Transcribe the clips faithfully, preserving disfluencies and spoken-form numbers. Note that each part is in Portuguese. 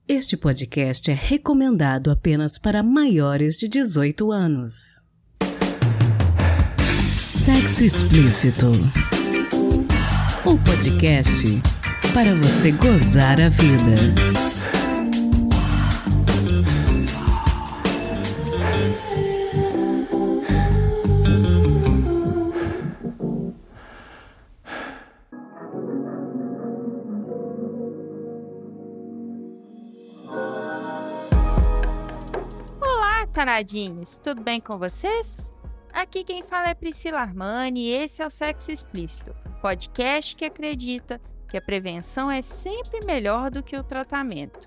Este podcast é recomendado apenas para maiores de dezoito anos. Sexo Explícito. O podcast para você gozar a vida. Taradinhos, tudo bem com vocês? Aqui quem fala é Priscila Armani e esse é o Sexo Explícito, podcast que acredita que a prevenção é sempre melhor do que o tratamento,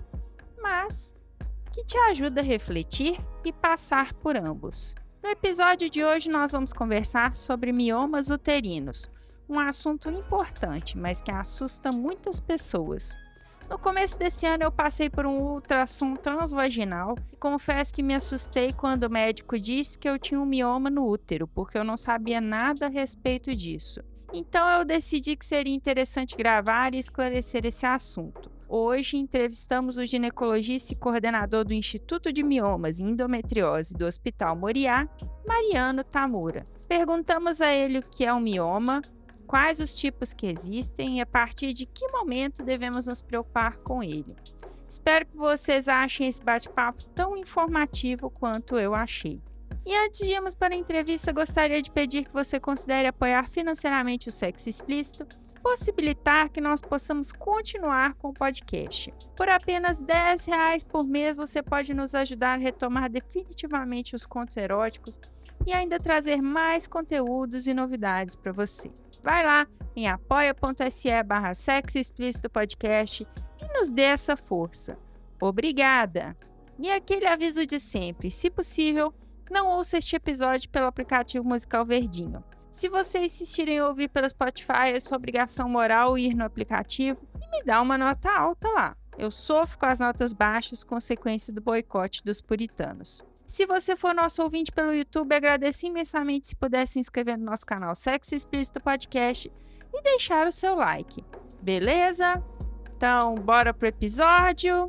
mas que te ajuda a refletir e passar por ambos. No episódio de hoje nós vamos conversar sobre miomas uterinos, um assunto importante, mas que assusta muitas pessoas. No começo desse ano eu passei por um ultrassom transvaginal e confesso que me assustei quando o médico disse que eu tinha um mioma no útero, porque eu não sabia nada a respeito disso. Então eu decidi que seria interessante gravar e esclarecer esse assunto. Hoje entrevistamos o ginecologista e coordenador do Instituto de Miomas e Endometriose do Hospital Moriá, Mariano Tamura. Perguntamos a ele o que é um mioma, quais os tipos que existem e a partir de que momento devemos nos preocupar com ele. Espero que vocês achem esse bate-papo tão informativo quanto eu achei. E antes de irmos para a entrevista, gostaria de pedir que você considere apoiar financeiramente o Sexo Explícito, possibilitar que nós possamos continuar com o podcast. Por apenas dez reais por mês você pode nos ajudar a retomar definitivamente os contos eróticos e ainda trazer mais conteúdos e novidades para você. Vai lá em apoia.se barra Sexo Explícito Podcast e nos dê essa força. Obrigada! E aquele aviso de sempre, se possível, não ouça este episódio pelo aplicativo musical Verdinho. Se você insistir em ouvir pelo Spotify, é sua obrigação moral ir no aplicativo e me dar uma nota alta lá. Eu sofro com as notas baixas, consequência do boicote dos puritanos. Se você for nosso ouvinte pelo YouTube, agradeço imensamente se puder se inscrever no nosso canal Sexo Explícito Podcast e deixar o seu like. Beleza? Então, bora pro episódio!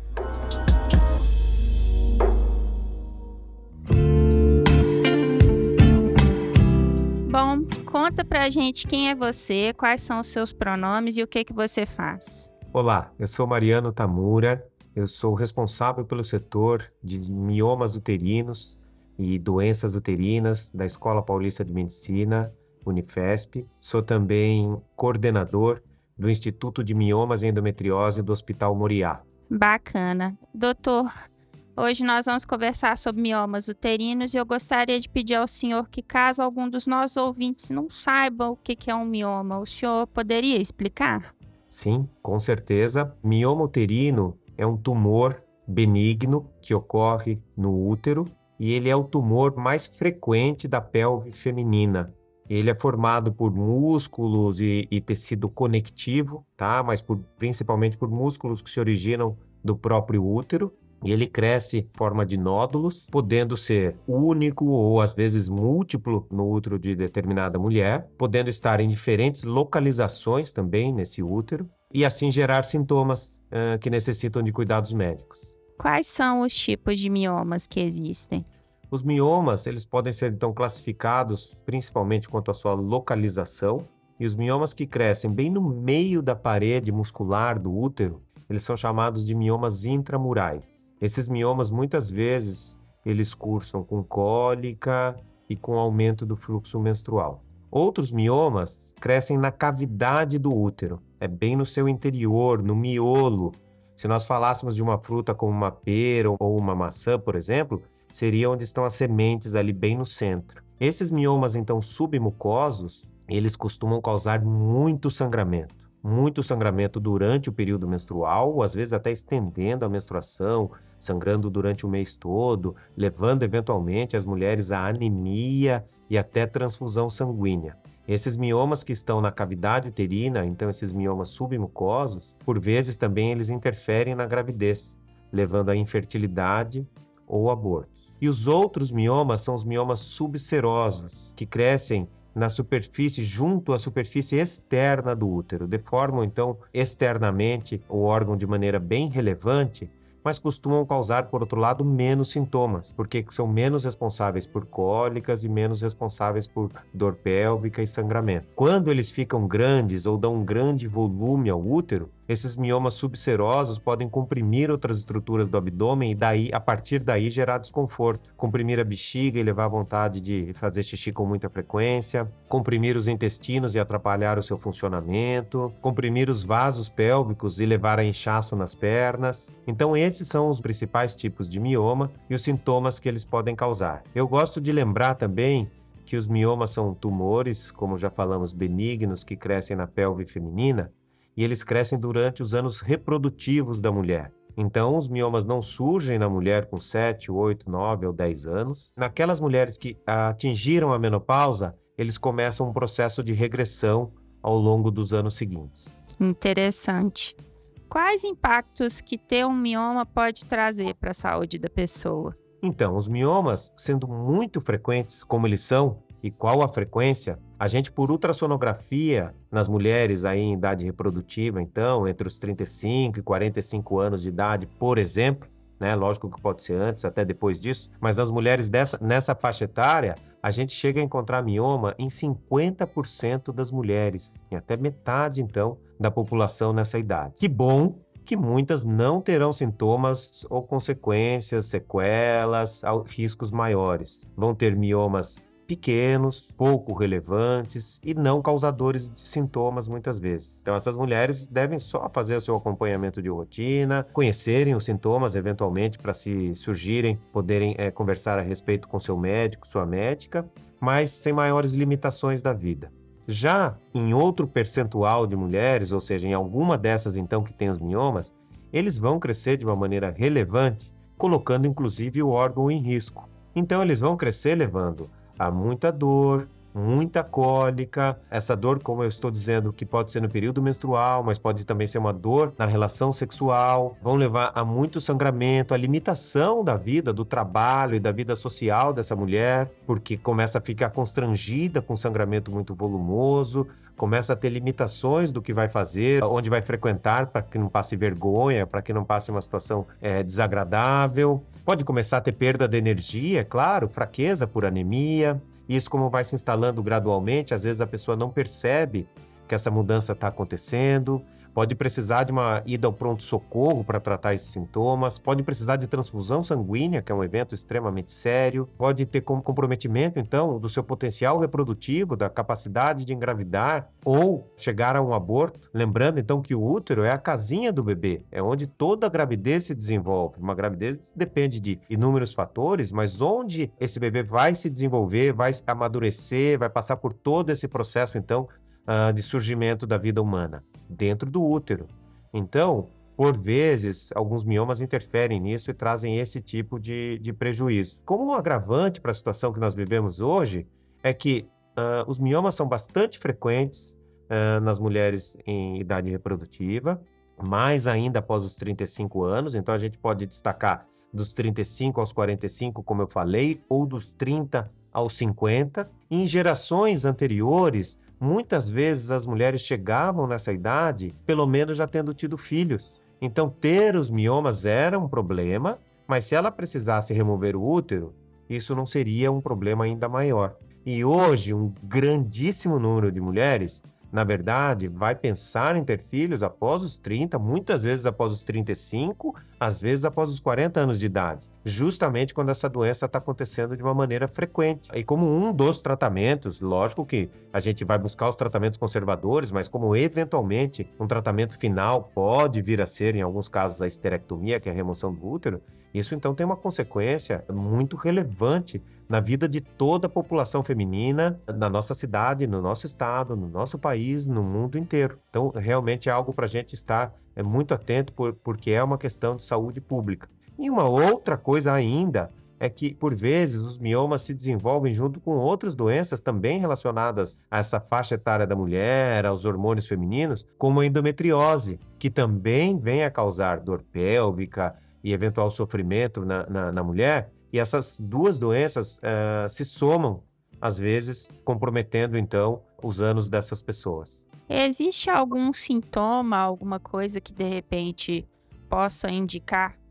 Bom, conta pra gente quem é você, quais são os seus pronomes e o que que você faz. Olá, eu sou Mariano Tamura. Eu sou responsável pelo setor de miomas uterinos e doenças uterinas da Escola Paulista de Medicina, Unifesp. Sou também coordenador do Instituto de Miomas e Endometriose do Hospital Moriá. Bacana. Doutor, hoje nós vamos conversar sobre miomas uterinos e eu gostaria de pedir ao senhor que, caso algum dos nossos ouvintes não saiba o que é um mioma, o senhor poderia explicar? Sim, com certeza. Mioma uterino é um tumor benigno que ocorre no útero e ele é o tumor mais frequente da pelve feminina. Ele é formado por músculos e, e tecido conectivo, tá? Mas por, principalmente por músculos que se originam do próprio útero. E ele cresce em forma de nódulos, podendo ser único ou às vezes múltiplo no útero de determinada mulher, podendo estar em diferentes localizações também nesse útero e assim gerar sintomas uh, que necessitam de cuidados médicos. Quais são os tipos de miomas que existem? Os miomas, eles podem ser então classificados principalmente quanto à sua localização, e os miomas que crescem bem no meio da parede muscular do útero, eles são chamados de miomas intramurais. Esses miomas, muitas vezes, eles cursam com cólica e com aumento do fluxo menstrual. Outros miomas crescem na cavidade do útero, é bem no seu interior, no miolo. Se nós falássemos de uma fruta como uma pera ou uma maçã, por exemplo, seria onde estão as sementes ali bem no centro. Esses miomas, então, submucosos, eles costumam causar muito sangramento. Muito sangramento durante o período menstrual, ou às vezes até estendendo a menstruação, sangrando durante o mês todo, levando eventualmente as mulheres à anemia e até transfusão sanguínea. Esses miomas que estão na cavidade uterina, então esses miomas submucosos, por vezes também eles interferem na gravidez, levando à infertilidade ou abortos. E os outros miomas são os miomas subserosos, que crescem na superfície, junto à superfície externa do útero, deformam então externamente o órgão de maneira bem relevante, mas costumam causar, por outro lado, menos sintomas, porque são menos responsáveis por cólicas e menos responsáveis por dor pélvica e sangramento. Quando eles ficam grandes ou dão um grande volume ao útero, esses miomas subserosos podem comprimir outras estruturas do abdômen e daí, a partir daí gerar desconforto. Comprimir a bexiga e levar a vontade de fazer xixi com muita frequência, comprimir os intestinos e atrapalhar o seu funcionamento, comprimir os vasos pélvicos e levar a inchaço nas pernas. Então esses são os principais tipos de mioma e os sintomas que eles podem causar. Eu gosto de lembrar também que os miomas são tumores, como já falamos, benignos, que crescem na pelve feminina, e eles crescem durante os anos reprodutivos da mulher. Então, os miomas não surgem na mulher com sete, oito, nove ou dez anos. Naquelas mulheres que atingiram a menopausa, eles começam um processo de regressão ao longo dos anos seguintes. Interessante. Quais impactos que ter um mioma pode trazer para a saúde da pessoa? Então, os miomas, sendo muito frequentes como eles são, e qual a frequência, a gente por ultrassonografia nas mulheres aí em idade reprodutiva, então, entre os trinta e cinco e quarenta e cinco anos de idade, por exemplo, né? Lógico que pode ser antes, até depois disso, mas nas mulheres dessa, nessa faixa etária, a gente chega a encontrar mioma em cinquenta por cento das mulheres, e até metade, então, da população nessa idade. Que bom que muitas não terão sintomas ou consequências, sequelas, riscos maiores. Vão ter miomas pequenos, pouco relevantes e não causadores de sintomas muitas vezes. Então essas mulheres devem só fazer o seu acompanhamento de rotina, conhecerem os sintomas eventualmente para se surgirem, poderem é, conversar a respeito com seu médico, sua médica, mas sem maiores limitações da vida. Já em outro percentual de mulheres, ou seja, em alguma dessas então que tem os miomas, eles vão crescer de uma maneira relevante, colocando inclusive o órgão em risco. Então eles vão crescer levando a muita dor, muita cólica, essa dor, como eu estou dizendo, que pode ser no período menstrual, mas pode também ser uma dor na relação sexual, vão levar a muito sangramento, a limitação da vida, do trabalho e da vida social dessa mulher, porque começa a ficar constrangida com sangramento muito volumoso, começa a ter limitações do que vai fazer, onde vai frequentar, para que não passe vergonha, para que não passe uma situação é, desagradável. Pode começar a ter perda de energia, é claro, fraqueza por anemia. Isso, como vai se instalando gradualmente, às vezes a pessoa não percebe que essa mudança está acontecendo. Pode precisar de uma ida ao pronto-socorro para tratar esses sintomas, pode precisar de transfusão sanguínea, que é um evento extremamente sério, pode ter como comprometimento, então, do seu potencial reprodutivo, da capacidade de engravidar ou chegar a um aborto. Lembrando, então, que o útero é a casinha do bebê, é onde toda a gravidez se desenvolve. Uma gravidez depende de inúmeros fatores, mas onde esse bebê vai se desenvolver, vai amadurecer, vai passar por todo esse processo, então, de surgimento da vida humana, dentro do útero. Então, por vezes, alguns miomas interferem nisso e trazem esse tipo de, de prejuízo. Como um agravante para a situação que nós vivemos hoje, é que uh, os miomas são bastante frequentes uh, nas mulheres em idade reprodutiva, mais ainda após os trinta e cinco anos, então a gente pode destacar dos trinta e cinco aos quarenta e cinco, como eu falei, ou dos trinta aos cinquenta. Em gerações anteriores, muitas vezes as mulheres chegavam nessa idade, pelo menos já tendo tido filhos. Então, ter os miomas era um problema, mas se ela precisasse remover o útero, isso não seria um problema ainda maior. E hoje, um grandíssimo número de mulheres, na verdade, vai pensar em ter filhos após os trinta, muitas vezes após os trinta e cinco, às vezes após os quarenta anos de idade, justamente quando essa doença está acontecendo de uma maneira frequente. E como um dos tratamentos, lógico que a gente vai buscar os tratamentos conservadores, mas como eventualmente um tratamento final pode vir a ser, em alguns casos, a esterectomia, que é a remoção do útero, isso então tem uma consequência muito relevante na vida de toda a população feminina, na nossa cidade, no nosso estado, no nosso país, no mundo inteiro. Então, realmente é algo para a gente estar é, muito atento, por, porque é uma questão de saúde pública. E uma outra coisa ainda é que, por vezes, os miomas se desenvolvem junto com outras doenças também relacionadas a essa faixa etária da mulher, aos hormônios femininos, como a endometriose, que também vem a causar dor pélvica e eventual sofrimento na, na, na mulher. E essas duas doenças uh, se somam, às vezes, comprometendo, então, os anos dessas pessoas. Existe algum sintoma, alguma coisa que, de repente, possa indicar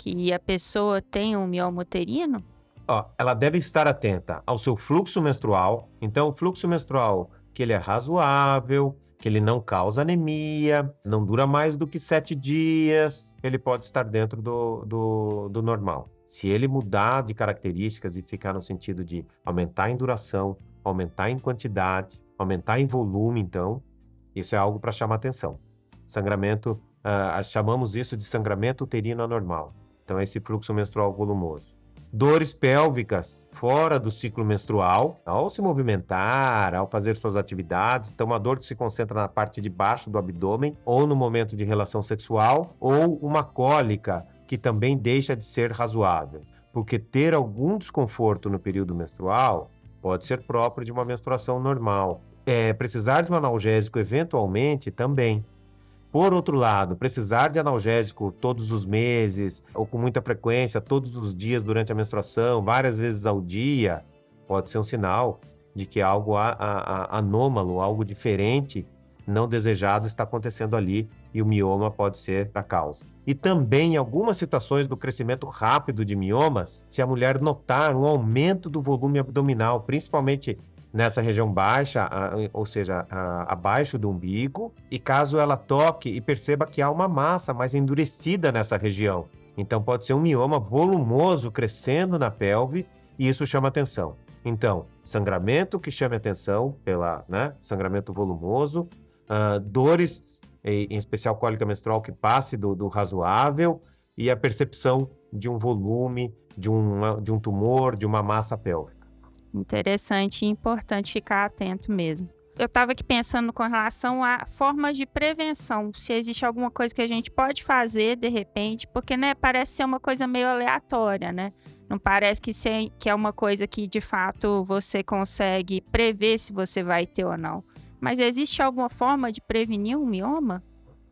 que a pessoa tem um mioma uterino? Ó, ela deve estar atenta ao seu fluxo menstrual. Então, o fluxo menstrual, que ele é razoável, que ele não causa anemia, não dura mais do que sete dias, ele pode estar dentro do, do, do normal. Se ele mudar de características e ficar no sentido de aumentar em duração, aumentar em quantidade, aumentar em volume, então, isso é algo para chamar atenção. Sangramento, uh, chamamos isso de sangramento uterino anormal. Então, esse fluxo menstrual volumoso. Dores pélvicas fora do ciclo menstrual, ao se movimentar, ao fazer suas atividades. Então, uma dor que se concentra na parte de baixo do abdômen, ou no momento de relação sexual, ou uma cólica, que também deixa de ser razoável. Porque ter algum desconforto no período menstrual pode ser próprio de uma menstruação normal. É, precisar de um analgésico eventualmente também. Por outro lado, precisar de analgésico todos os meses, ou com muita frequência, todos os dias durante a menstruação, várias vezes ao dia, pode ser um sinal de que algo a, a, a, anômalo, algo diferente, não desejado está acontecendo ali e o mioma pode ser a causa. E também em algumas situações do crescimento rápido de miomas, se a mulher notar um aumento do volume abdominal, principalmente nessa região baixa, ou seja, abaixo do umbigo, e caso ela toque e perceba que há uma massa mais endurecida nessa região. Então pode ser um mioma volumoso crescendo na pelve e isso chama atenção. Então, sangramento que chame atenção, pela, né, sangramento volumoso, uh, dores, em especial cólica menstrual que passe do, do razoável, e a percepção de um volume, de, uma, de um tumor, de uma massa pélvica. Interessante e importante ficar atento mesmo. Eu estava aqui pensando com relação a formas de prevenção, se existe alguma coisa que a gente pode fazer de repente, porque né, parece ser uma coisa meio aleatória, né? Não parece que, ser, que é uma coisa que de fato você consegue prever se você vai ter ou não. Mas existe alguma forma de prevenir um mioma?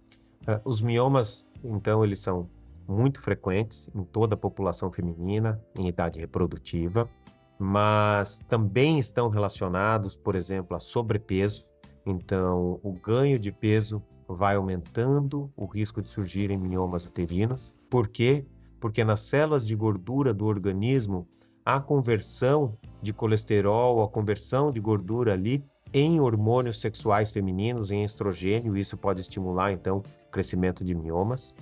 Os miomas, então, eles são muito frequentes em toda a população feminina em idade reprodutiva, mas também estão relacionados, por exemplo, a sobrepeso. Então, o ganho de peso vai aumentando o risco de surgirem miomas uterinos. Por quê? Porque nas células de gordura do organismo, a conversão de colesterol, a conversão de gordura ali em hormônios sexuais femininos, em estrogênio, isso pode estimular, então, o crescimento de miomas.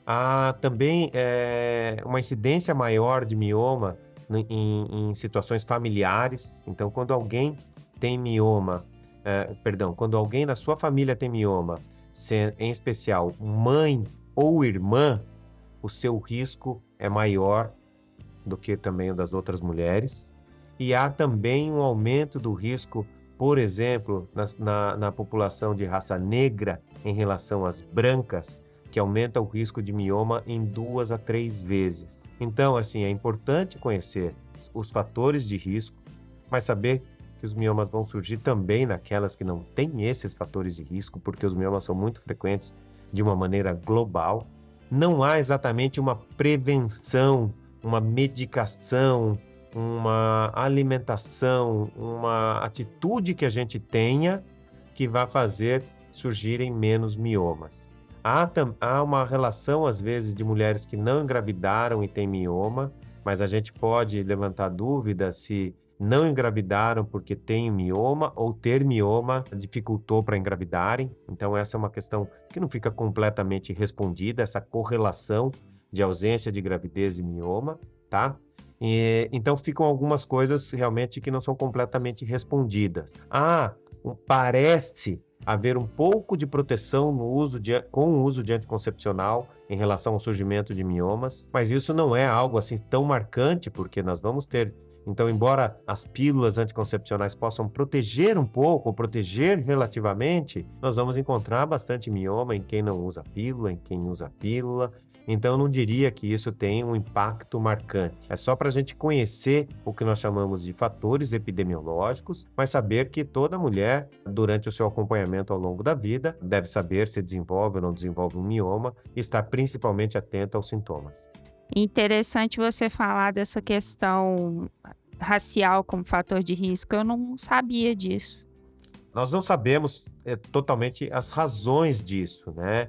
Há também é, uma incidência maior de mioma Em, em situações familiares. Então, quando alguém tem mioma, eh, perdão, quando alguém na sua família tem mioma, se, em especial mãe ou irmã, o seu risco é maior do que também o das outras mulheres. E há também um aumento do risco, por exemplo, na, na, na população de raça negra em relação às brancas, que aumenta o risco de mioma em duas a três vezes. Então, assim, é importante conhecer os fatores de risco, mas saber que os miomas vão surgir também naquelas que não têm esses fatores de risco, porque os miomas são muito frequentes de uma maneira global. Não há exatamente uma prevenção, uma medicação, uma alimentação, uma atitude que a gente tenha que vá fazer surgirem menos miomas. Há, há uma relação, às vezes, de mulheres que não engravidaram e têm mioma, mas a gente pode levantar dúvida se não engravidaram porque têm mioma ou ter mioma dificultou para engravidarem. Então, essa é uma questão que não fica completamente respondida, essa correlação de ausência de gravidez e mioma, tá? E, então, ficam algumas coisas realmente que não são completamente respondidas. Ah, parece haver um pouco de proteção no uso de, com o uso de anticoncepcional em relação ao surgimento de miomas, mas isso não é algo assim tão marcante, porque nós vamos ter, então, embora as pílulas anticoncepcionais possam proteger um pouco, ou proteger relativamente, nós vamos encontrar bastante mioma em quem não usa pílula, em quem usa pílula. Então, eu não diria que isso tem um impacto marcante. É só para a gente conhecer o que nós chamamos de fatores epidemiológicos, mas saber que toda mulher, durante o seu acompanhamento ao longo da vida, deve saber se desenvolve ou não desenvolve um mioma e estar principalmente atenta aos sintomas. Interessante você falar dessa questão racial como fator de risco. Eu não sabia disso. Nós não sabemos é, totalmente as razões disso, né?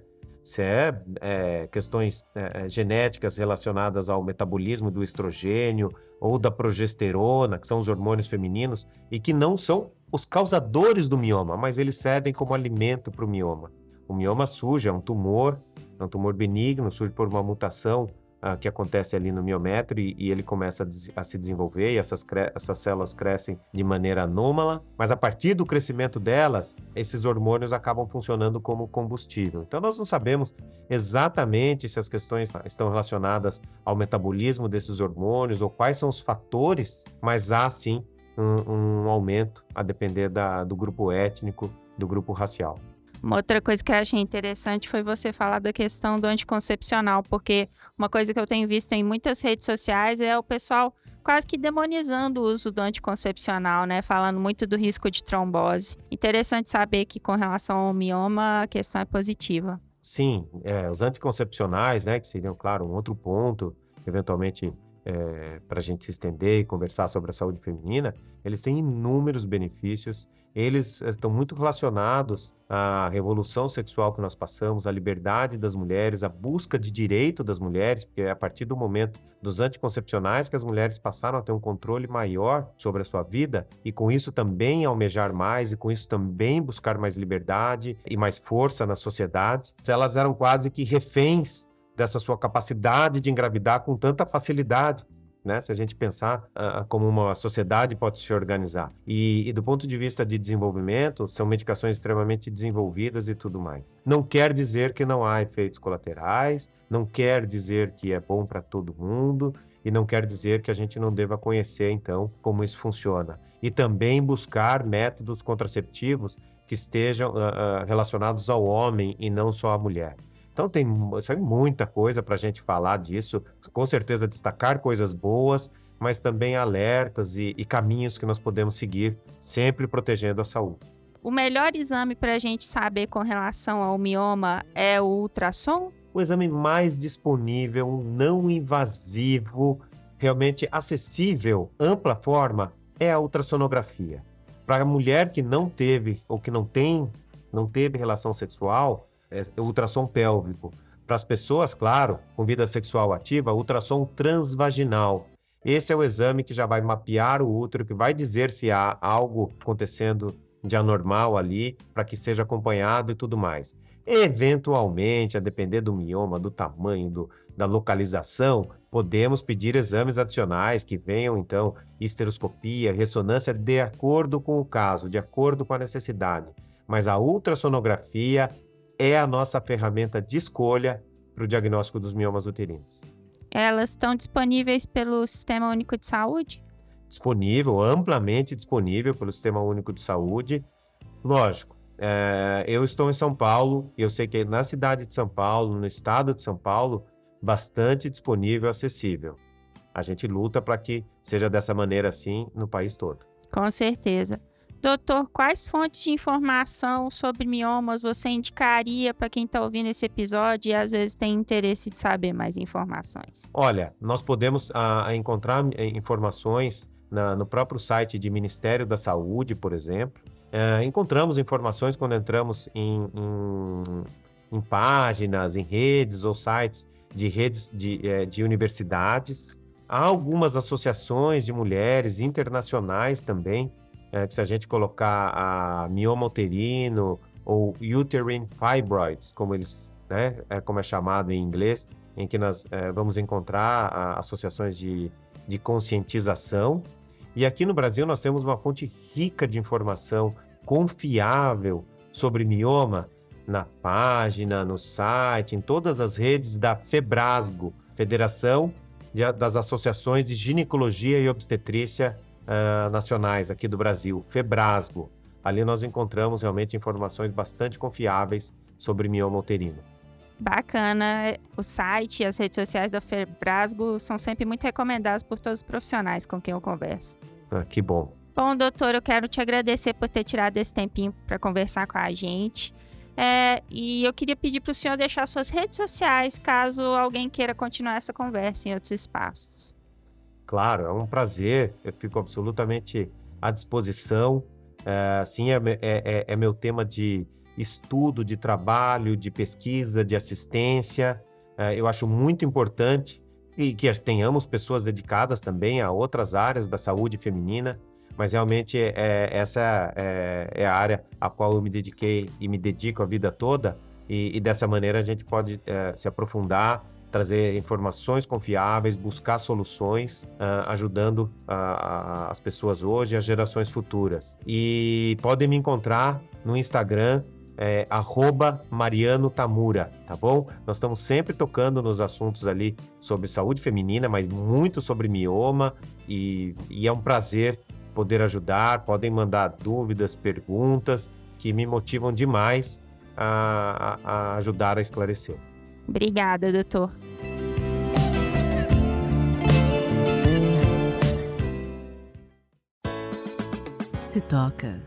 se é, é questões é, genéticas relacionadas ao metabolismo do estrogênio ou da progesterona, que são os hormônios femininos, e que não são os causadores do mioma, mas eles servem como alimento para o mioma. O mioma surge, é um tumor, é um tumor benigno, surge por uma mutação uh, que acontece ali no miométrio e, e ele começa a, des- a se desenvolver e essas, cre- essas células crescem de maneira anômala, mas a partir do crescimento delas, esses hormônios acabam funcionando como combustível. Então nós não sabemos exatamente se as questões estão relacionadas ao metabolismo desses hormônios ou quais são os fatores, mas há sim um, um aumento a depender da, do grupo étnico, do grupo racial. Uma outra coisa que eu achei interessante foi você falar da questão do anticoncepcional, porque uma coisa que eu tenho visto em muitas redes sociais é o pessoal quase que demonizando o uso do anticoncepcional, né? Falando muito do risco de trombose. Interessante saber que com relação ao mioma a questão é positiva. Sim, é, os anticoncepcionais, né, que seriam, claro, um outro ponto, eventualmente, é, para a gente se estender e conversar sobre a saúde feminina, eles têm inúmeros benefícios, eles estão muito relacionados à revolução sexual que nós passamos, à liberdade das mulheres, à busca de direito das mulheres, porque é a partir do momento dos anticoncepcionais que as mulheres passaram a ter um controle maior sobre a sua vida e com isso também almejar mais e com isso também buscar mais liberdade e mais força na sociedade. Elas eram quase que reféns dessa sua capacidade de engravidar com tanta facilidade, né? Se a gente pensar uh, como uma sociedade pode se organizar. E, e do ponto de vista de desenvolvimento, são medicações extremamente desenvolvidas e tudo mais. Não quer dizer que não há efeitos colaterais, não quer dizer que é bom para todo mundo e não quer dizer que a gente não deva conhecer, então, como isso funciona. E também buscar métodos contraceptivos que estejam uh, uh, relacionados ao homem e não só à mulher. Então tem, tem muita coisa para a gente falar disso, com certeza destacar coisas boas, mas também alertas e, e caminhos que nós podemos seguir, sempre protegendo a saúde. O melhor exame para a gente saber com relação ao mioma é o ultrassom? O exame mais disponível, não invasivo, realmente acessível, ampla forma, é a ultrassonografia. Para a mulher que não teve ou que não tem, não teve relação sexual, é o ultrassom pélvico. Para as pessoas, claro, com vida sexual ativa, ultrassom transvaginal. Esse é o exame que já vai mapear o útero, que vai dizer se há algo acontecendo de anormal ali, para que seja acompanhado e tudo mais. Eventualmente, a depender do mioma, do tamanho, do, da localização, podemos pedir exames adicionais que venham, então, histeroscopia, ressonância, de acordo com o caso, de acordo com a necessidade. Mas a ultrassonografia é a nossa ferramenta de escolha para o diagnóstico dos miomas uterinos. Elas estão disponíveis pelo Sistema Único de Saúde? Disponível, amplamente disponível pelo Sistema Único de Saúde. Lógico, é, eu estou em São Paulo e eu sei que na cidade de São Paulo, no estado de São Paulo, bastante disponível, acessível. A gente luta para que seja dessa maneira assim no país todo. Com certeza. Doutor, quais fontes de informação sobre miomas você indicaria para quem está ouvindo esse episódio e às vezes tem interesse de saber mais informações? Olha, nós podemos a, a encontrar informações na, no próprio site de Ministério da Saúde, por exemplo. É, encontramos informações quando entramos em, em, em páginas, em redes ou sites de redes de, é, de universidades. Há algumas associações de mulheres internacionais também, É, que se a gente colocar a mioma uterino ou uterine fibroids, como eles, né, é, como é chamado em inglês, em que nós é, vamos encontrar a, associações de, de conscientização. E aqui no Brasil nós temos uma fonte rica de informação confiável sobre mioma na página, no site, em todas as redes da FEBRASGO, Federação de, das Associações de Ginecologia e Obstetrícia Uh, nacionais aqui do Brasil, FEBRASGO. Ali nós encontramos realmente informações bastante confiáveis sobre mioma uterino. Bacana, o site e as redes sociais da FEBRASGO são sempre muito recomendados por todos os profissionais com quem eu converso. Ah, que bom. Bom, doutor, eu quero te agradecer por ter tirado esse tempinho para conversar com a gente. É, e eu queria pedir para o senhor deixar suas redes sociais, caso alguém queira continuar essa conversa em outros espaços. Claro, é um prazer, eu fico absolutamente à disposição. É, sim, é, é, é meu tema de, estudo, de trabalho, de pesquisa, de assistência. Eu acho muito importante e que tenhamos pessoas dedicadas também a outras áreas da saúde feminina, mas realmente é, essa é, é a área a qual eu me dediquei e me dedico a vida toda, e, e dessa maneira a gente pode é, se aprofundar, trazer informações confiáveis, buscar soluções, uh, ajudando uh, uh, as pessoas hoje e as gerações futuras. E podem me encontrar no Instagram, é, arroba Mariano Tamura, tá bom? Nós estamos sempre tocando nos assuntos ali sobre saúde feminina, mas muito sobre mioma, e, e é um prazer poder ajudar. Podem mandar dúvidas, perguntas, que me motivam demais a, a, a ajudar a esclarecer. Obrigada, doutor. Se toca.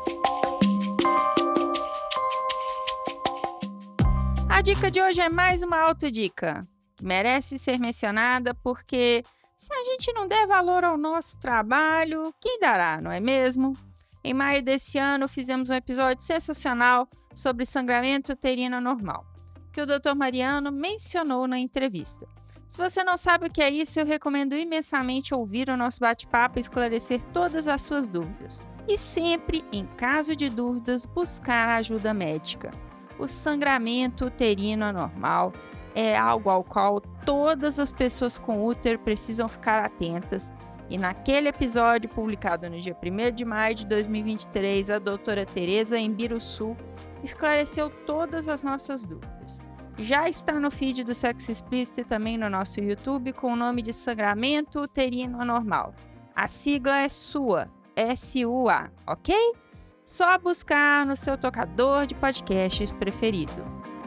A dica de hoje é mais uma autodica. Merece ser mencionada porque se a gente não der valor ao nosso trabalho, quem dará, não é mesmo? Em maio desse ano, fizemos um episódio sensacional sobre sangramento uterino anormal, que o doutor Mariano mencionou na entrevista. Se você não sabe o que é isso, eu recomendo imensamente ouvir o nosso bate-papo e esclarecer todas as suas dúvidas. E sempre, em caso de dúvidas, buscar ajuda médica. O sangramento uterino anormal é algo ao qual todas as pessoas com útero precisam ficar atentas. E naquele episódio, publicado no dia primeiro de maio de dois mil e vinte e três, a doutora Tereza Embiruçu esclareceu todas as nossas dúvidas. Já está no feed do Sexo Explícito e também no nosso YouTube com o nome de Sangramento Uterino Anormal. A sigla é S U A, S U A, ok? Só buscar no seu tocador de podcasts preferido.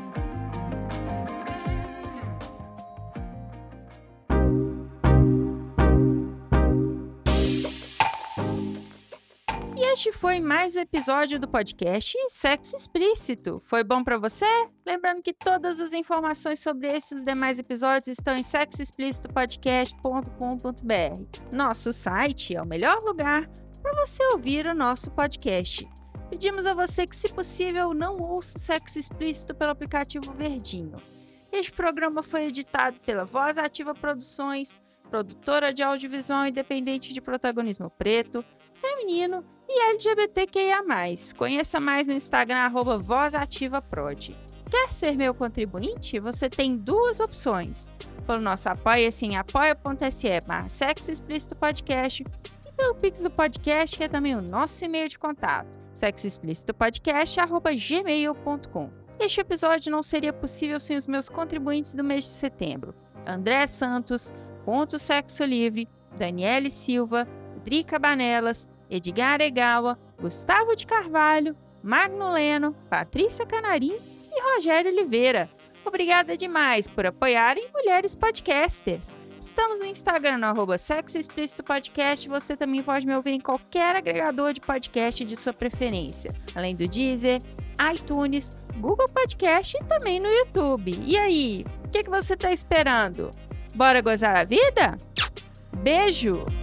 Este foi mais um episódio do podcast Sexo Explícito. Foi bom para você? Lembrando que todas as informações sobre esses demais episódios estão em sexo explícito podcast ponto com ponto b r. Nosso site é o melhor lugar para você ouvir o nosso podcast. Pedimos a você que, se possível, não ouça o Sexo Explícito pelo aplicativo Verdinho. Este programa foi editado pela Voz Ativa Produções, produtora de audiovisual independente de protagonismo preto, feminino e L G B T Q I A mais. Conheça mais no Instagram, arroba VozAtivaProd. Quer ser meu contribuinte? Você tem duas opções. Pelo nosso Apoia-se em apoia.se barra Sexo Explícito Podcast e pelo Pix do podcast, que é também o nosso e-mail de contato, sexoexplicitopodcast arroba gmail ponto com. Este episódio não seria possível sem os meus contribuintes do mês de setembro: André Santos, Conto Sexo Livre, Daniele Silva, Drica Banelas, Edgar Egawa, Gustavo de Carvalho, Magno Leno, Patrícia Canarim e Rogério Oliveira. Obrigada demais por apoiarem Mulheres Podcasters. Estamos no Instagram, no arroba Sexo Explícito Podcast. Você também pode me ouvir em qualquer agregador de podcast de sua preferência, além do Deezer, iTunes, Google Podcast e também no YouTube. E aí, o que, que você está esperando? Bora gozar a vida? Beijo!